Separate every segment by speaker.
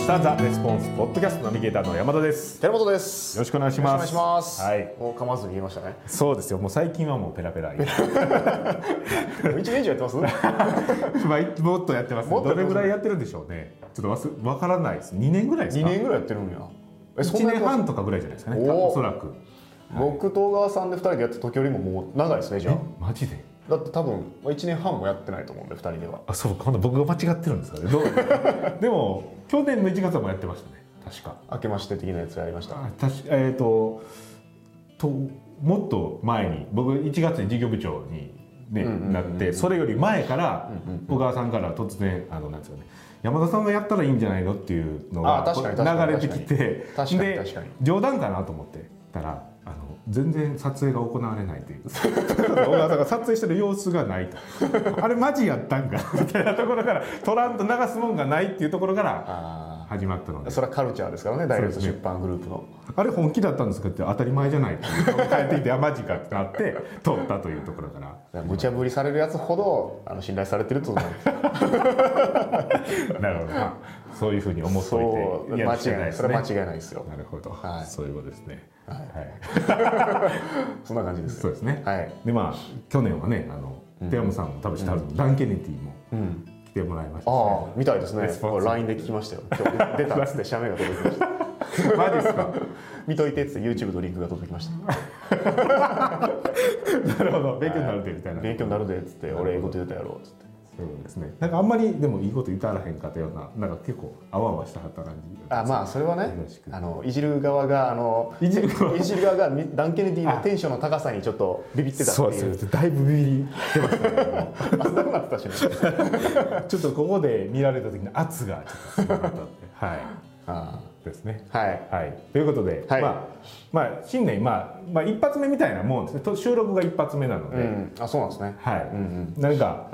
Speaker 1: したザ・レスポンスポッドキャストナビゲーターの山田です。
Speaker 2: 寺本です。
Speaker 1: よろしくお願いします。
Speaker 2: よろしくお願いします。
Speaker 1: はい。
Speaker 2: もう噛まずに言いましたね。
Speaker 1: そうですよ。もう最近はもうペラペラ。
Speaker 2: 1年以上やってます？
Speaker 1: もっとやってます。どれぐらいやってるんでしょうね。ちょっとわからないです。2年ぐらいですか？
Speaker 2: 2年ぐらいやってるんや。
Speaker 1: 1年半とかぐらいじゃないですかね。おそらく。
Speaker 2: 僕と小川さんで2人でやってた時よりももう長いですね。じゃあ
Speaker 1: マジで？
Speaker 2: だって多分1年半もやってないと思うんで2人では。
Speaker 1: あ、そうか。僕が間違ってるんですかね。でも去年の1月はもうやってましたね。確か。
Speaker 2: 明けまして的なやつやりました。
Speaker 1: もっと前に僕1月に事業部長に、なってそれより前から小川さんから突然なんですよね。山田さんがやったらいいんじゃないのっていうのが流れてきて、で冗談かなと思ってたら全然撮影が行われないという小川さんが撮影してる様子がないとあれマジやったんかみたいなところから撮らんと流すもんがないっていうところから始まったので、
Speaker 2: それはカルチャーですからね。ダイレクト出版グループの
Speaker 1: あれ本気だったんですかって当たり前じゃないって帰ってきてマジかってなって撮ったというところから
Speaker 2: 無茶ぶりされるやつほど信頼されてるってことなんです
Speaker 1: なるほど、そういうふうに思っておいて
Speaker 2: 間違いないですね。それは間違いないですよ。
Speaker 1: なるほど、そういうことですね。はい
Speaker 2: そんな感じです。
Speaker 1: そうですね。
Speaker 2: はい。
Speaker 1: で去年はねテラムさんも多分知ってはるダン・ケネディも来てもらいました。
Speaker 2: ああ、みたいですね。LINE で聞きましたよ。今日出たっつって写メが届きました。
Speaker 1: マジですか？
Speaker 2: 見といてっつって YouTube のリンクが届きました。
Speaker 1: なるほど、勉強になるでみたいな。
Speaker 2: 勉強になるでっつって俺英語で言うたやろうっつって。
Speaker 1: そうですね。なんかあんまりでもいいこと言ったらへんかったような、なんか結構あわあわしたはった感じ。
Speaker 2: まあそれはね、いじる側がいじる側がダン・ケネディのテンションの高さにちょっとビビってたっていう。
Speaker 1: そうです。だいぶビビりってましたけども。
Speaker 2: 汗だくなってたしね。
Speaker 1: ちょっとここで見られた時に圧がちょっとすごかったんで、はい。ですね。はい。ということで、新年一発目みたいなもんですね。収録が一発目なので、
Speaker 2: そうなんですね。
Speaker 1: はい。なんか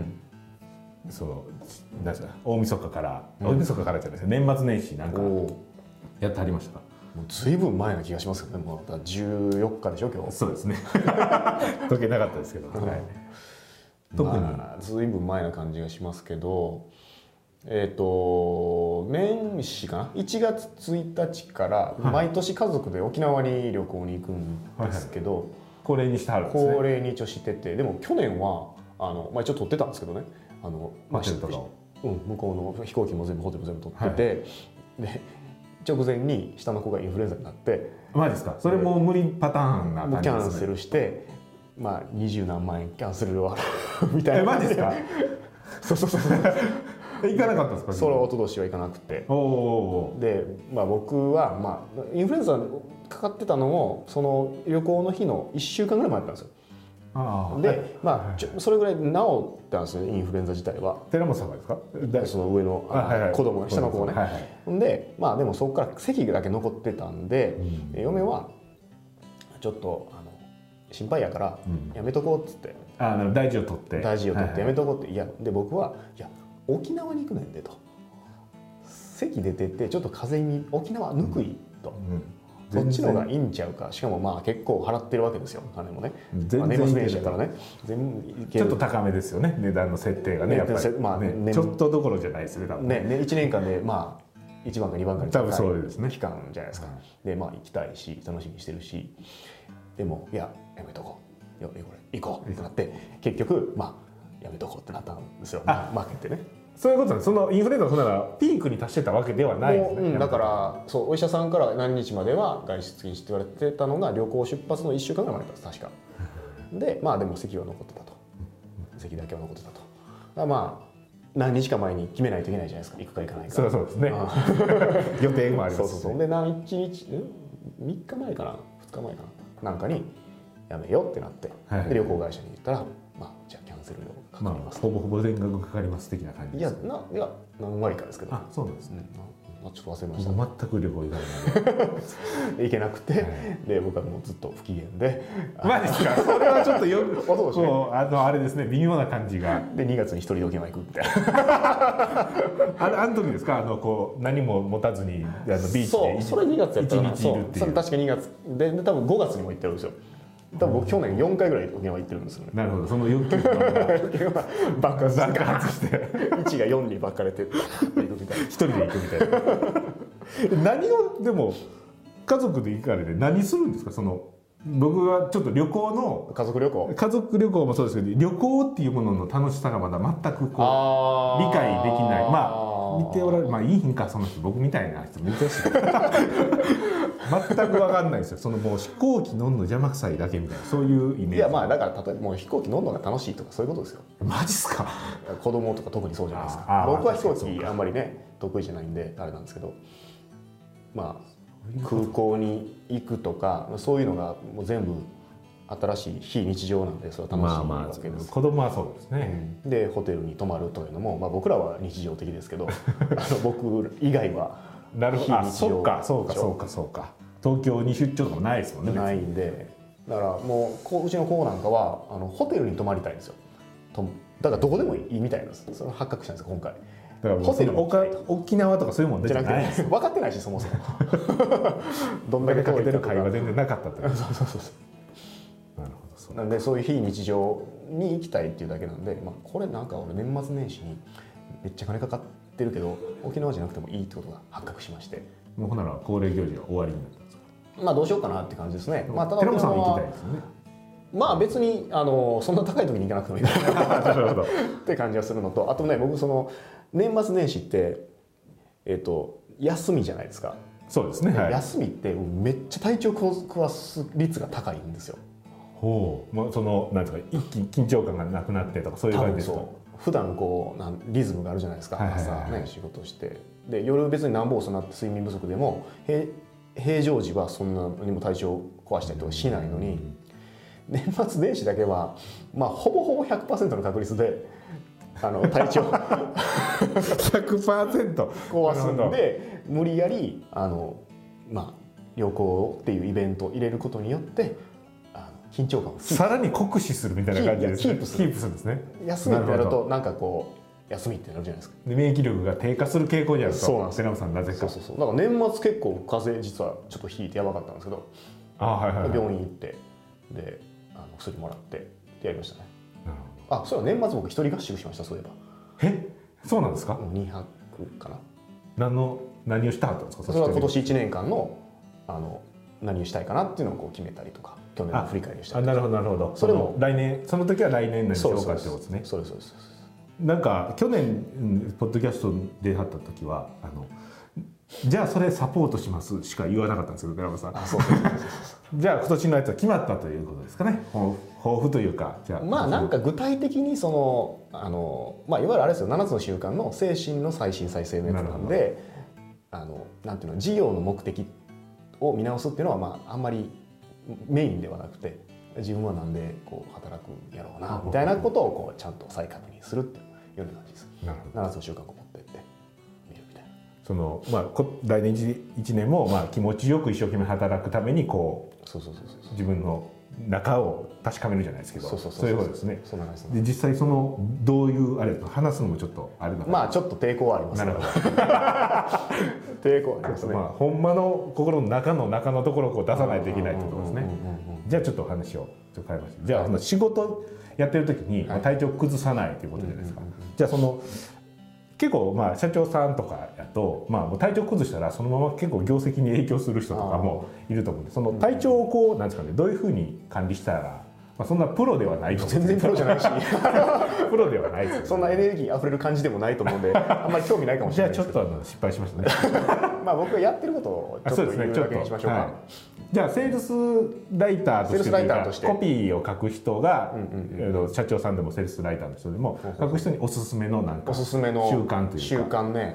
Speaker 1: 大晦日からじゃないですね。年末年始なんかやってはりましたか？
Speaker 2: もうずいぶん前な気がしますけどね。もう14日でしょ今日。
Speaker 1: そうですね。時計なかったですけど、
Speaker 2: 特にずいぶん前な感じがしますけど、年始かな、1月1日から毎年家族で沖縄に旅行に行くんですけど、
Speaker 1: 恒例にしてはるんですね。
Speaker 2: 恒例に一応してて、でも去年は一応取ってたんですけどね、ホテルとかを向こうの飛行機も全部ホテルも全部取ってて、で直前に下の子がインフルエンザになって、
Speaker 1: マジですか？それもう無理パターンな感じですね。
Speaker 2: キャンセルして20何万円キャンセル料みたいな。
Speaker 1: マジですか？そう行かなかったんですか？
Speaker 2: それは一昨年は行かなくて、で僕はインフルエンザかかってたのもその旅行の日の1週間ぐらい前だったんですよ。でそれぐらい治ったんですよね、インフルエンザ自体は。
Speaker 1: 寺本さんがですか？
Speaker 2: その上の子供が、下の子がね。ででもそこから咳だけ残ってたんで、嫁はちょっと心配やからやめとこうっつって、
Speaker 1: 大事を取って
Speaker 2: やめとこうって。で僕はいや沖縄に行くねんでと、咳出ててちょっと風邪に沖縄ぬくいと、そっちの方がいいんちゃうか。しかも結構払ってるわけですよ、金もね。年末年始だからね、
Speaker 1: ちょっと高めですよね、値段の設定がね。やっぱりちょっとどころじゃないですね、多分ね。
Speaker 2: 1年間で1番か2番かに高い期間じゃないですか。で行きたいし楽しみにしてるし、でもやめとこう、行こうってなって、結局やめとこうってなったんですよ、負けてね。
Speaker 1: そういうことなんです。そのインフルエンザならピークに達してたわけではないですね。
Speaker 2: だからお医者さんから何日までは外出禁止って言われてたのが、旅行出発の1週間ぐらい前だったんです確か。ででも咳は残ってたと、咳だけは残ってたと。何日か前に決めないといけないじゃないですか、行くか行かないか。
Speaker 1: そうですね。予定もありますし。
Speaker 2: で何日3日前かな2日前かななんかにやめようってなって、で旅行会社に言ったらじゃあキャンセル料かかります、
Speaker 1: ほぼほぼ全額かかります的な感じです。
Speaker 2: いや何割かですけど。
Speaker 1: そうなんですね。
Speaker 2: ちょっと忘れました。
Speaker 1: 全く旅行行かないの
Speaker 2: で行けなくて、で僕はもうずっと不機嫌で。
Speaker 1: マジですか？それはちょっとよくあれですね、微妙な感じが。
Speaker 2: で2月に一人で沖縄行くみたいな。
Speaker 1: あの時ですか？何も持たずにビーチで
Speaker 2: それ2月やったら
Speaker 1: 1日いるっていう。
Speaker 2: 確か2月で多分5月にも行ってるんですよ。 多分僕去年4回ぐらい沖縄行ってるんですよね。
Speaker 1: なるほど、その欲求
Speaker 2: が爆発
Speaker 1: して
Speaker 2: 1が4に分かれて行くみたいな、
Speaker 1: 一人で行くみたいな何をでも家族で行かれて何するんですか？その僕はちょっと旅行の
Speaker 2: 家族旅行
Speaker 1: もそうですけど、旅行っていうものの楽しさがまだ全くこう理解できない。まあ見ておられる、まあいい品かその人、僕みたいな人珍しい全く分かんないですよ。そのもう飛行機乗んの邪魔くさいだけみたいな、そういうイメージ。
Speaker 2: いやまあだから例えばもう飛行機乗んのが楽しいとかそういうことですよ。
Speaker 1: マジっすか？
Speaker 2: 子供とか特にそうじゃないですか。僕は飛行機あんまりね得意じゃないんであれなんですけど、まあ空港に行くとかそういうのがもう全部新しい非日常なんで、それは楽しいわけです。
Speaker 1: 子供はそうですね、
Speaker 2: でホテルに泊まるというのも、まあ、僕らは日常的ですけど僕以外は非日常。
Speaker 1: そうか東京に出張とかもないですもんね。
Speaker 2: ないんで、だからもううちの子なんかはホテルに泊まりたいんですよ。だからどこでもいいみたいなんです。それ発覚したんです今回。
Speaker 1: だからホテル沖縄とかそういうもん出てないんですよ。
Speaker 2: 分かってないしそもそも
Speaker 1: どんだけかけてる会話全然なかったって。
Speaker 2: そうなるほど。そうなんでそういう非日常に行きたいっていうだけなんで、まあ、これなんか俺年末年始にめっちゃ金かかってるけど沖縄じゃなくてもいいってことが発覚しまして、
Speaker 1: もうほんなら恒例行事は終わりになったんですか？
Speaker 2: まあどうしようかなって感じですね。まあただ
Speaker 1: 寺本さんは行きたいですよね。
Speaker 2: まあ別にそんな高い時に行かなくてもいいかなって感じはするのと、あとね僕その年末年始って休みじゃないですか。
Speaker 1: そうですね、はい、
Speaker 2: 休みってめっちゃ体調壊す率が高いんですよ。
Speaker 1: ほう、もうそのなんですか、一気に緊張感がなくなってとかそういう感じですか？
Speaker 2: 普段こうリズムがあるじゃないですか、朝ね仕事してで夜別になんぼ遅なって睡眠不足でも平常時はそんなにも体調壊したりとかしないのに、年末年始だけはまあほぼほぼ 100% の確率で体調
Speaker 1: 100%
Speaker 2: 壊すんで、無理やりまあ旅行っていうイベントを入れることによって緊張感を
Speaker 1: さらに酷使するみたいな感じですね。
Speaker 2: キープするんですね。休みってなるとなんかこう休みってなるじゃないですか。
Speaker 1: で免疫力が低下する傾向にあると。
Speaker 2: そうなんです。
Speaker 1: 寺本さんなぜか。
Speaker 2: そうだから年末結構風邪実はちょっとひいてやばかったんですけど、病院行ってで薬もらってってやりましたね。
Speaker 1: なるほど。
Speaker 2: そういえば年末僕一人合宿しました。そういえ
Speaker 1: ば。そうなんですか
Speaker 2: ？2泊かな。
Speaker 1: 何をしたかったんですか？
Speaker 2: それは今年1年間の何をしたいかなっていうのをこう決めたりとか、去年の振り返りをしたりとか。
Speaker 1: なるほどなるほど。それも来年、その時は来年何しようかってことですね。
Speaker 2: そうです。
Speaker 1: なんか去年ポッドキャストで会った時はじゃあそれサポートしますしか言わなかったんですけど、寺本さん。じゃあ今年のやつは決まったということですかね。抱負というか、じゃあ
Speaker 2: まあなんか具体的にそのまあいわゆるあれですよ、7つの習慣の精神の再審再生のやつなんで、なんていうの、事業の目的を見直すっていうのはまああんまりメインではなくて、自分はなんでこう働くんやろうなみたいなことをこうちゃんと再確認するっていうような感じです。7つの習慣を持ってって見るみたいな。
Speaker 1: そのまあ来年1年もまあ気持ちよく一生懸命働くためにこう自分の中を確かめるじゃないですけど、そういうことですね。
Speaker 2: そうなんですね。
Speaker 1: で実際そのどういうあれ話すのもちょっとあれなの。
Speaker 2: まあちょっと抵抗はあります。なるほど。抵抗ありますね。
Speaker 1: まあほんまの心の中のところをこう出さないといけないってことですね。じゃあちょっと話をちょっと変えました。じゃあ仕事やってる時に体調崩さないということじゃないですか。じゃあその結構まあ社長さんとかやとまあ体調崩したらそのまま結構業績に影響する人とかもいると思うんで、その体調をこうなんですかね、どういうふうに管理したら、まあそんなプロではないと思う。
Speaker 2: 全然プロじゃないし
Speaker 1: プロではないですよね。
Speaker 2: そんなエネルギーあふれる感じでもないと思うんであんまり興味ないかもしれないです。
Speaker 1: じゃあちょっと失敗しましたね。
Speaker 2: まあ僕がやってることをちょっと言うだけにしましょうか。
Speaker 1: じゃあセールスライターとしてコピーを書く人が社長さんでもセールスライターの人でも書く人におすすめのなんか習慣というか。
Speaker 2: 習慣ね、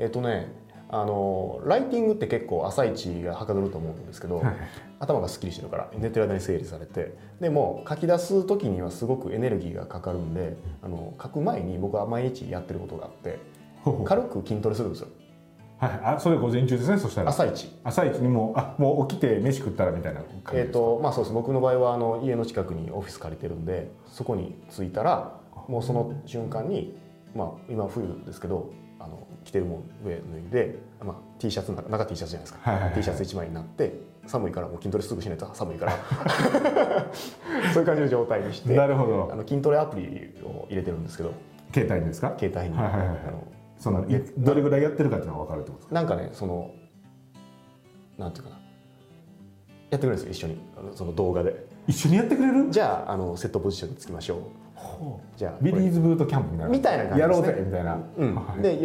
Speaker 2: ライティングって結構朝一がはかどると思うんですけど、頭がすっきりしてるから寝てる間に整理されて、でも書き出す時にはすごくエネルギーがかかるんで、書く前に僕は毎日やってることがあって軽く筋トレするんですよ。
Speaker 1: それ午前中ですね。そしたら朝一にもう起きて飯食ったらみたいな感じですか？
Speaker 2: まあそうです。僕の場合は家の近くにオフィス借りてるんで、そこに着いたらもうその瞬間に、まあ今冬ですけど着てるもん上脱いで、まあ、T シャツ中 T シャツじゃないですか、T シャツ1枚になって寒いからもう筋トレすぐしないと寒いからそういう感じの状態にして、
Speaker 1: なるほど。
Speaker 2: 筋トレアプリを入れてるんですけど、
Speaker 1: 携帯にですか？
Speaker 2: 携帯に、
Speaker 1: そのどれぐらいやってるかっていうのが分かるってことですか？
Speaker 2: なんかね、そのなんていうかな、やってくれるんですよ、一緒にその動画で。
Speaker 1: 一緒にやってくれる？
Speaker 2: じゃあセットポジションにつきましょう。じゃあ
Speaker 1: ビリーズブートキャンプ
Speaker 2: みたいな感じですね。
Speaker 1: やろうぜみたいな。
Speaker 2: で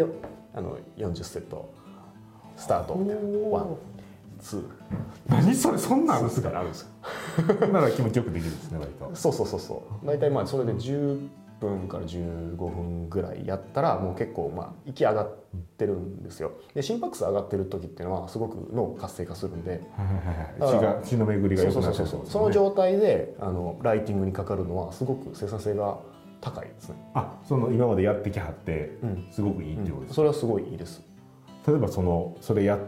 Speaker 2: 40セットスタートみたいな。ワンツー。
Speaker 1: 何それ、そんなんあるんですか？
Speaker 2: あるんですよ。
Speaker 1: なら気持ちよくできるんですね、割と。
Speaker 2: そう大体まあそれで10分から15分ぐらいやったらもう結構息上がってるんですよ。で心拍数上がってる時っていうのはすごく脳活性化するんで、
Speaker 1: 血の巡りが良くなってる。
Speaker 2: その状態でライティングにかかるのはすごく生産性が高いですね。
Speaker 1: その今までやってきはってすごくいいってことですか？
Speaker 2: それはすごいいいです。
Speaker 1: 例えばそれやって、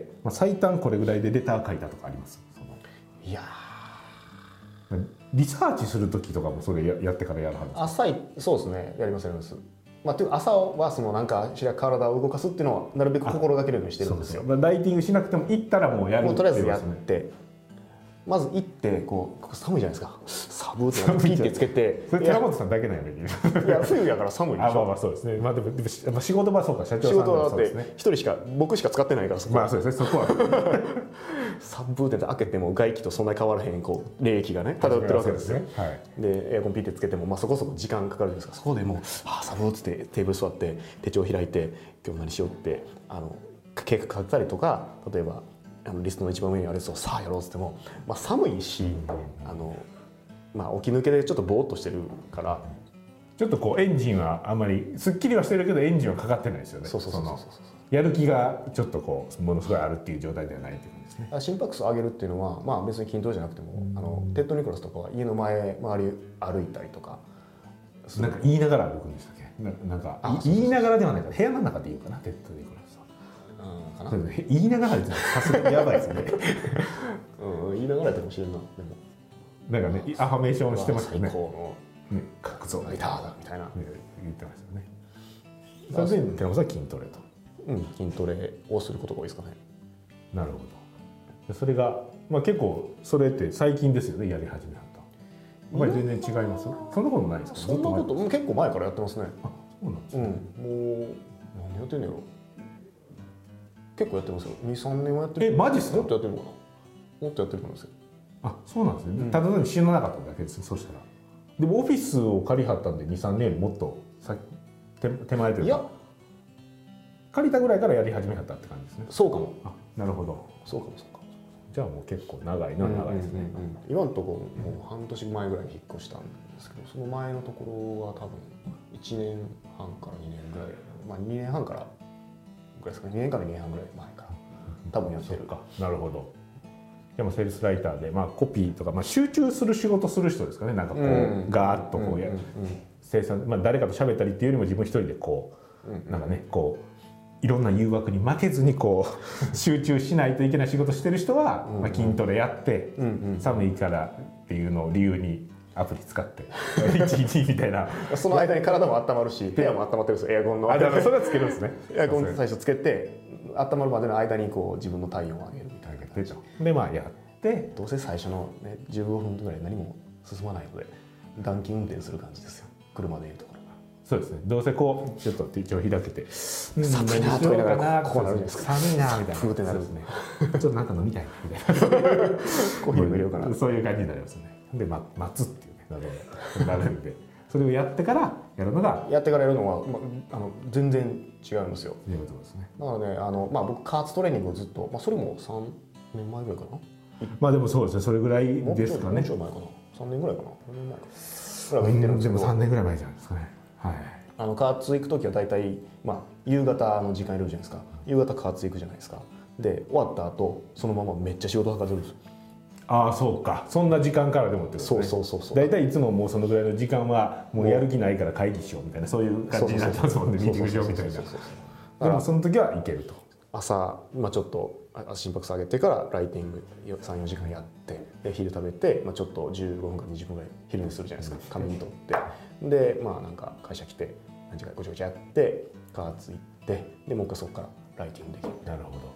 Speaker 1: 最短これぐらいでレター書いたとかあります？
Speaker 2: いや
Speaker 1: リサーチする時とかもそれやってからやるはずですか？
Speaker 2: そうですね、やります。というか朝は何かしら体を動かすっていうのはなるべく心がけるようにしてるんですよ。
Speaker 1: ライティングしなくても行ったらもうやるって
Speaker 2: とりあえずやって、まず行ってこう寒いじゃないですか。寒ってピッてつけて。
Speaker 1: それ寺本さんだけなんやね。
Speaker 2: いや冬やから寒いでしょ。
Speaker 1: そうですね。でも仕事場そうか、社長さん
Speaker 2: 仕事はだって一人僕しか使ってないからそこは。
Speaker 1: そうですね、そこは。
Speaker 2: 寒って開けても外気とそんなに変わらへん冷気がね漂ってるわけですよ。でエアコンピッてつけてもそこそこ時間かかるんですが、そこでもう寒っつってテーブル座って手帳開いて今日何しようって計画立てたりとか、例えばリストの一番上にあるやつをさあやろうっつっても、寒いし起き抜けでちょっとボーっとしてるから、
Speaker 1: ちょっとこうエンジンはあんまりすっきりはしてるけどエンジンはかかってないですよね。やる気がちょっとこうものすごいあるっていう状態ではないっていう感じですね。
Speaker 2: 心拍数上げるっていうのは、別に筋トレじゃなくてもテッド・ニコラスとかは家の周り歩いたりとか。
Speaker 1: なんか言いながら歩くんでしたっけ？なんか言いながらではないから部屋の中で言うかな、テッド・ニコラスは。言いながらですね、さすがにやばいですね。
Speaker 2: 言いながらやってるかもしれんな。でも
Speaker 1: なんかね、アファメーションしてましたよね。
Speaker 2: 最高の
Speaker 1: 角像
Speaker 2: ライターだみたいな
Speaker 1: 言ってましたよね。それで寺本さんは筋トレと。
Speaker 2: 筋トレをすることが多いですかね。
Speaker 1: なるほど。それが結構それって最近ですよね、やり始めた。全然違います？そんなことないですか？
Speaker 2: そんなこと結構前からやってますね。
Speaker 1: そうなんですね。
Speaker 2: もう何やってんのやろ。結構やってますよ。2、3年はやってる。
Speaker 1: マジっすか？
Speaker 2: もっとやってるのかな。もっとやってると思いますよ。
Speaker 1: そうなんですね。ただ単に知らなかっただけですね。そうしたら。でもオフィスを借りはったんで2、3年よりもっと手前というか、借りたぐらいからやり始めはったって感じですね。
Speaker 2: そうかも。
Speaker 1: なるほど。
Speaker 2: そうかも。
Speaker 1: じゃあもう結構長いのは長いですね。
Speaker 2: 今のところもう半年前ぐらいに引っ越したんですけど、その前のところは多分1年半から2年ぐらい、2年半からぐらいですかね。2年から2年半ぐらい前から多分やってるか。
Speaker 1: なるほど。でもセールスライターでコピーとか集中する仕事する人ですかね。なんかこうガーッとこう生産、誰かと喋ったりっていうよりも自分一人でこうなんかねこういろんな誘惑に負けずにこう集中しないといけない仕事してる人は筋トレやって寒いからっていうのを理由にアプリ使って1日みたいな。
Speaker 2: その間に体も温まるし部屋も温まってるんですよ。エアコンの
Speaker 1: それはつけるんですね。
Speaker 2: エアコン最初つけて温まるまでの間にこう自分の体温を上げるみたいな感じ
Speaker 1: でやって
Speaker 2: どうせ最初の、15分ぐらい何も進まないので暖気運転する感じですよ。車でいうところが
Speaker 1: そうですね。どうせこうちょっと手帳開けて
Speaker 2: 寒いなとか言いながらこうなるじゃないですか。
Speaker 1: 寒いなみたいな
Speaker 2: ふーってなるんですね。
Speaker 1: ちょっとなんか飲みたいみたいなコーヒ
Speaker 2: ー入れようかな。
Speaker 1: そういう感じになりますね。で待つっていうねなるんでそれをやってからやるのが
Speaker 2: は、全然違うんですよ。
Speaker 1: いうことですね。
Speaker 2: だからね僕加圧トレーニングをずっと、それも3年前ぐらいか
Speaker 1: な。でもそうですね。それぐらいですかね。
Speaker 2: もうちょい前かな。3年ぐらいかな。4年前かぐらいは行ってるんですけど。
Speaker 1: でも3年ぐらい前じゃないですかね。
Speaker 2: 加圧行く時は大体夕方の時間いるじゃないですか。夕方加圧行くじゃないですか。で終わった後そのままめっちゃ仕事はかどるんですよ。
Speaker 1: そうか。そんな時間からでもってことね。そう大体いつももうそのぐらいの時間はもうやる気ないから会議しようみたいなそういう感じになってますもんね。ミーティングしようみたいな。でもその時はいけると。
Speaker 2: 朝ちょっと心拍数上げてからライティング 3,4 時間やってで昼食べて、ちょっと15分から20分ぐらい昼寝するじゃないですか。仮眠取ってでなんか会社来て何時間ごちゃごちゃやって加圧行ってでもう一回そこからライティングできる。
Speaker 1: なるほど。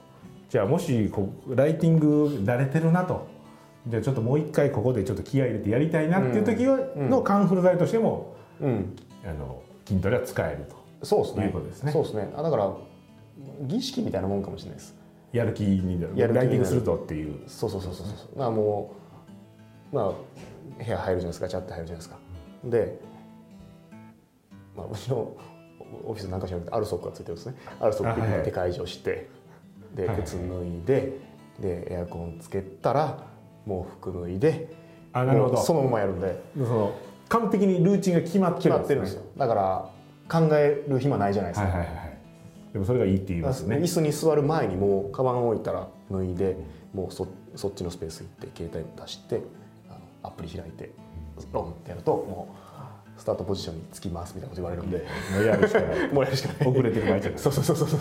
Speaker 1: じゃあもしライティング慣れてるなと、じゃあちょっともう一回ここでちょっと気合い入れてやりたいなっていう時のカンフル剤としても、筋トレは使えると。
Speaker 2: そうですね。
Speaker 1: いうことですね。
Speaker 2: そうですね。だから儀式みたいなもんかもしれないです。
Speaker 1: やる気になる。ライティングするとっていう。
Speaker 2: そう。まあもう部屋入るじゃないですか、チャット入るじゃないですか。で、うちのオフィスなんかしなくてアルソックがついてるんですね。アルソック行って解除して、で靴脱いで、でエアコンつけたらもう服脱いで、
Speaker 1: なるほど。
Speaker 2: そのままやるんで、
Speaker 1: 完璧にルーチンが決まってるんですよ。
Speaker 2: だから考える暇ないじゃないですか。
Speaker 1: でもそれがいいって言いますね。
Speaker 2: 椅子に座る前にもうカバンを置いたら脱いで、もうそっちのスペース行って携帯出してアプリ開いてロンってやるともうスタートポジションにつきますみたいなこと言われるんで、
Speaker 1: もうやるしかない。
Speaker 2: もうやるしかない。
Speaker 1: 遅れてる場合じゃない。そう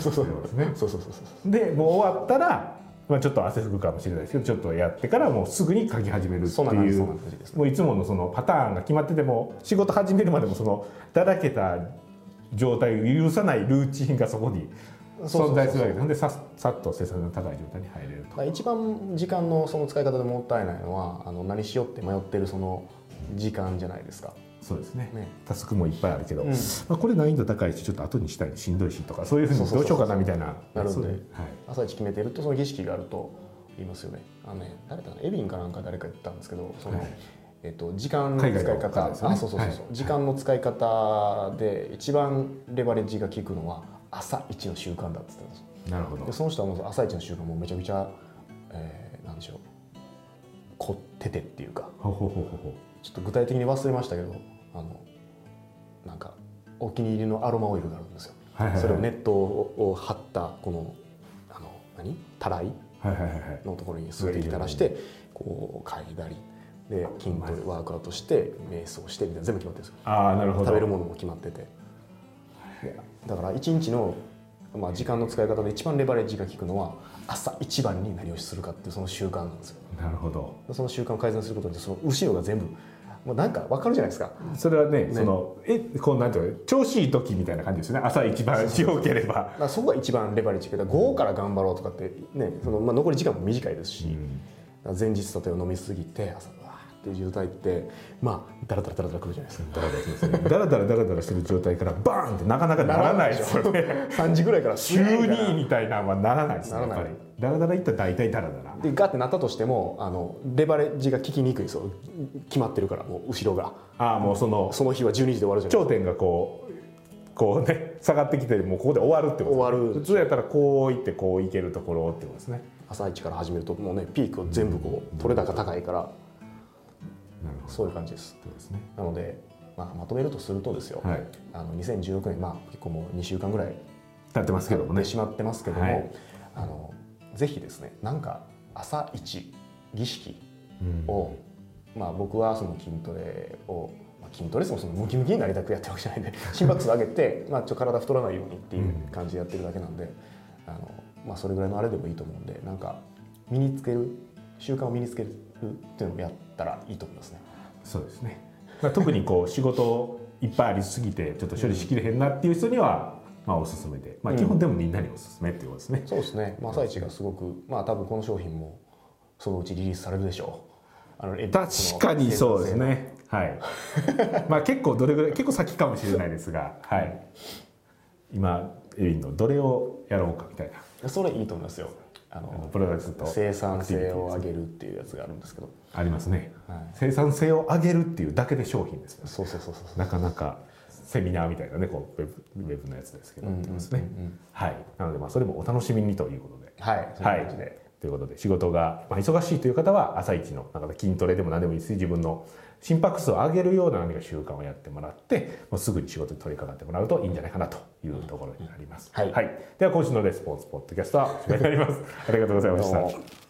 Speaker 1: でもう終わったら、ちょっと汗拭くかもしれないですけど、ちょっとやってからもうすぐに書き始めるっていう、もういつものそのパターンが決まってても、仕事始めるまでもそのだらけた状態を許さないルーチンがそこに存在するわけで、さっと生産性の高い状態に入れると。
Speaker 2: 一番時間のその使い方でもったいないのは何しようって迷ってるその時間じゃないですか。
Speaker 1: そうですね。タスクもいっぱいあるけど、これ難易度高いしちょっと後にしたいしんどいしとか、そういうふうにどうしようかなみたいな。
Speaker 2: なるんで、朝一決めてるとその儀式があると言いますよね。誰かな、エビンかなんか誰か言ったんですけど、その時間の使い方、時間の使い方で一番レバレッジが効くのは朝一の習慣だって言ったんですよ。
Speaker 1: なるほど。
Speaker 2: でその人はもう朝一の習慣もめちゃくちゃ、なんでしょう、凝っててっていうか、ちょっと具体的に忘れましたけど、なんかお気に入りのアロマオイルがあるんですよ。それを熱湯を張ったこのたらいのところに数滴垂らしてこう嗅いだりで、筋トレワークアウトして瞑想してみたいな全部決まってるんですよ。
Speaker 1: なるほど。
Speaker 2: 食べるものも決まってて、だから一日の時間の使い方で一番レバレッジが効くのは朝一番に何をするかっていうその習慣なんですよ。
Speaker 1: なるほど。
Speaker 2: その習慣を改善することでその後ろが全部もうなんか分かるじゃないですか。
Speaker 1: それはね、こうなんていうの、調子いい時みたいな感じですよね。朝一番しよければ。
Speaker 2: そこが一番レバレッジが、午後から頑張ろうとかってね、残り時間も短いですし、前日例えば飲みすぎて朝っていう状態ってダラダラくるじゃないですか。
Speaker 1: ダラダラする状態からバーンってなかなかならないですよね。
Speaker 2: 3時ぐらいから
Speaker 1: 急にみたいなのはならないですね。やっぱりダラダラいったら大体ダラダラ
Speaker 2: でガッてなったとしてもレバレッジが効きにくいですよ。決まってるから、もう後ろが
Speaker 1: もうその
Speaker 2: 日は12時で終わるじゃないですか。
Speaker 1: 頂点がこうね下がってきて、もうここで終わるってこと。終わる。普通やったらこういってこういけるところってことですね。
Speaker 2: 朝一から始めるともうね、ピークを全部取れ高高いから、そういう感じです。なので、まとめるとするとですよ、2016年結構もう2週間ぐらい
Speaker 1: 経ってますけどもね、
Speaker 2: しまってますけども、ぜひですね、なんか朝一儀式を、僕はその筋トレを、筋トレもそのムキムキになりたくやってるわけじゃないんで、心拍数上げて体太らないようにっていう感じでやってるだけなんで、それぐらいのあれでもいいと思うんで、なんか身につける習慣を身につけるっていうのをやったらいいと思いますね。
Speaker 1: そうですね。特に仕事いっぱいありすぎてちょっと処理しきれへんなっていう人にはおすすめで、基本でもみんなにおすすめっていうことですね。
Speaker 2: そうですね。朝一がすごく多分この商品もそのうちリリースされるでしょう。
Speaker 1: 確かにそうですね。はい。結構どれぐらい結構先かもしれないですが、はい。今エリンのどれをやろうかみたいな。
Speaker 2: それいいと思いますよ。
Speaker 1: プロダクトと
Speaker 2: 生産性を上げるっていうやつがあるんですけど、
Speaker 1: ありますね。生産性を上げるっていうだけで商品ですね。
Speaker 2: そう。
Speaker 1: なかなかセミナーみたいなね、ウェブのやつですけど、ですね。はい。なのでそれもお楽しみにということで。
Speaker 2: はい。
Speaker 1: はい。ということで仕事が忙しいという方は朝一の筋トレでも何でもいいですし、自分の心拍数を上げるような何か習慣をやってもらって、もうすぐに仕事に取り掛かってもらうといいんじゃないかなというところになります。はい。では今週のレスポンスポッドキャストは以上になります。ありがとうございました。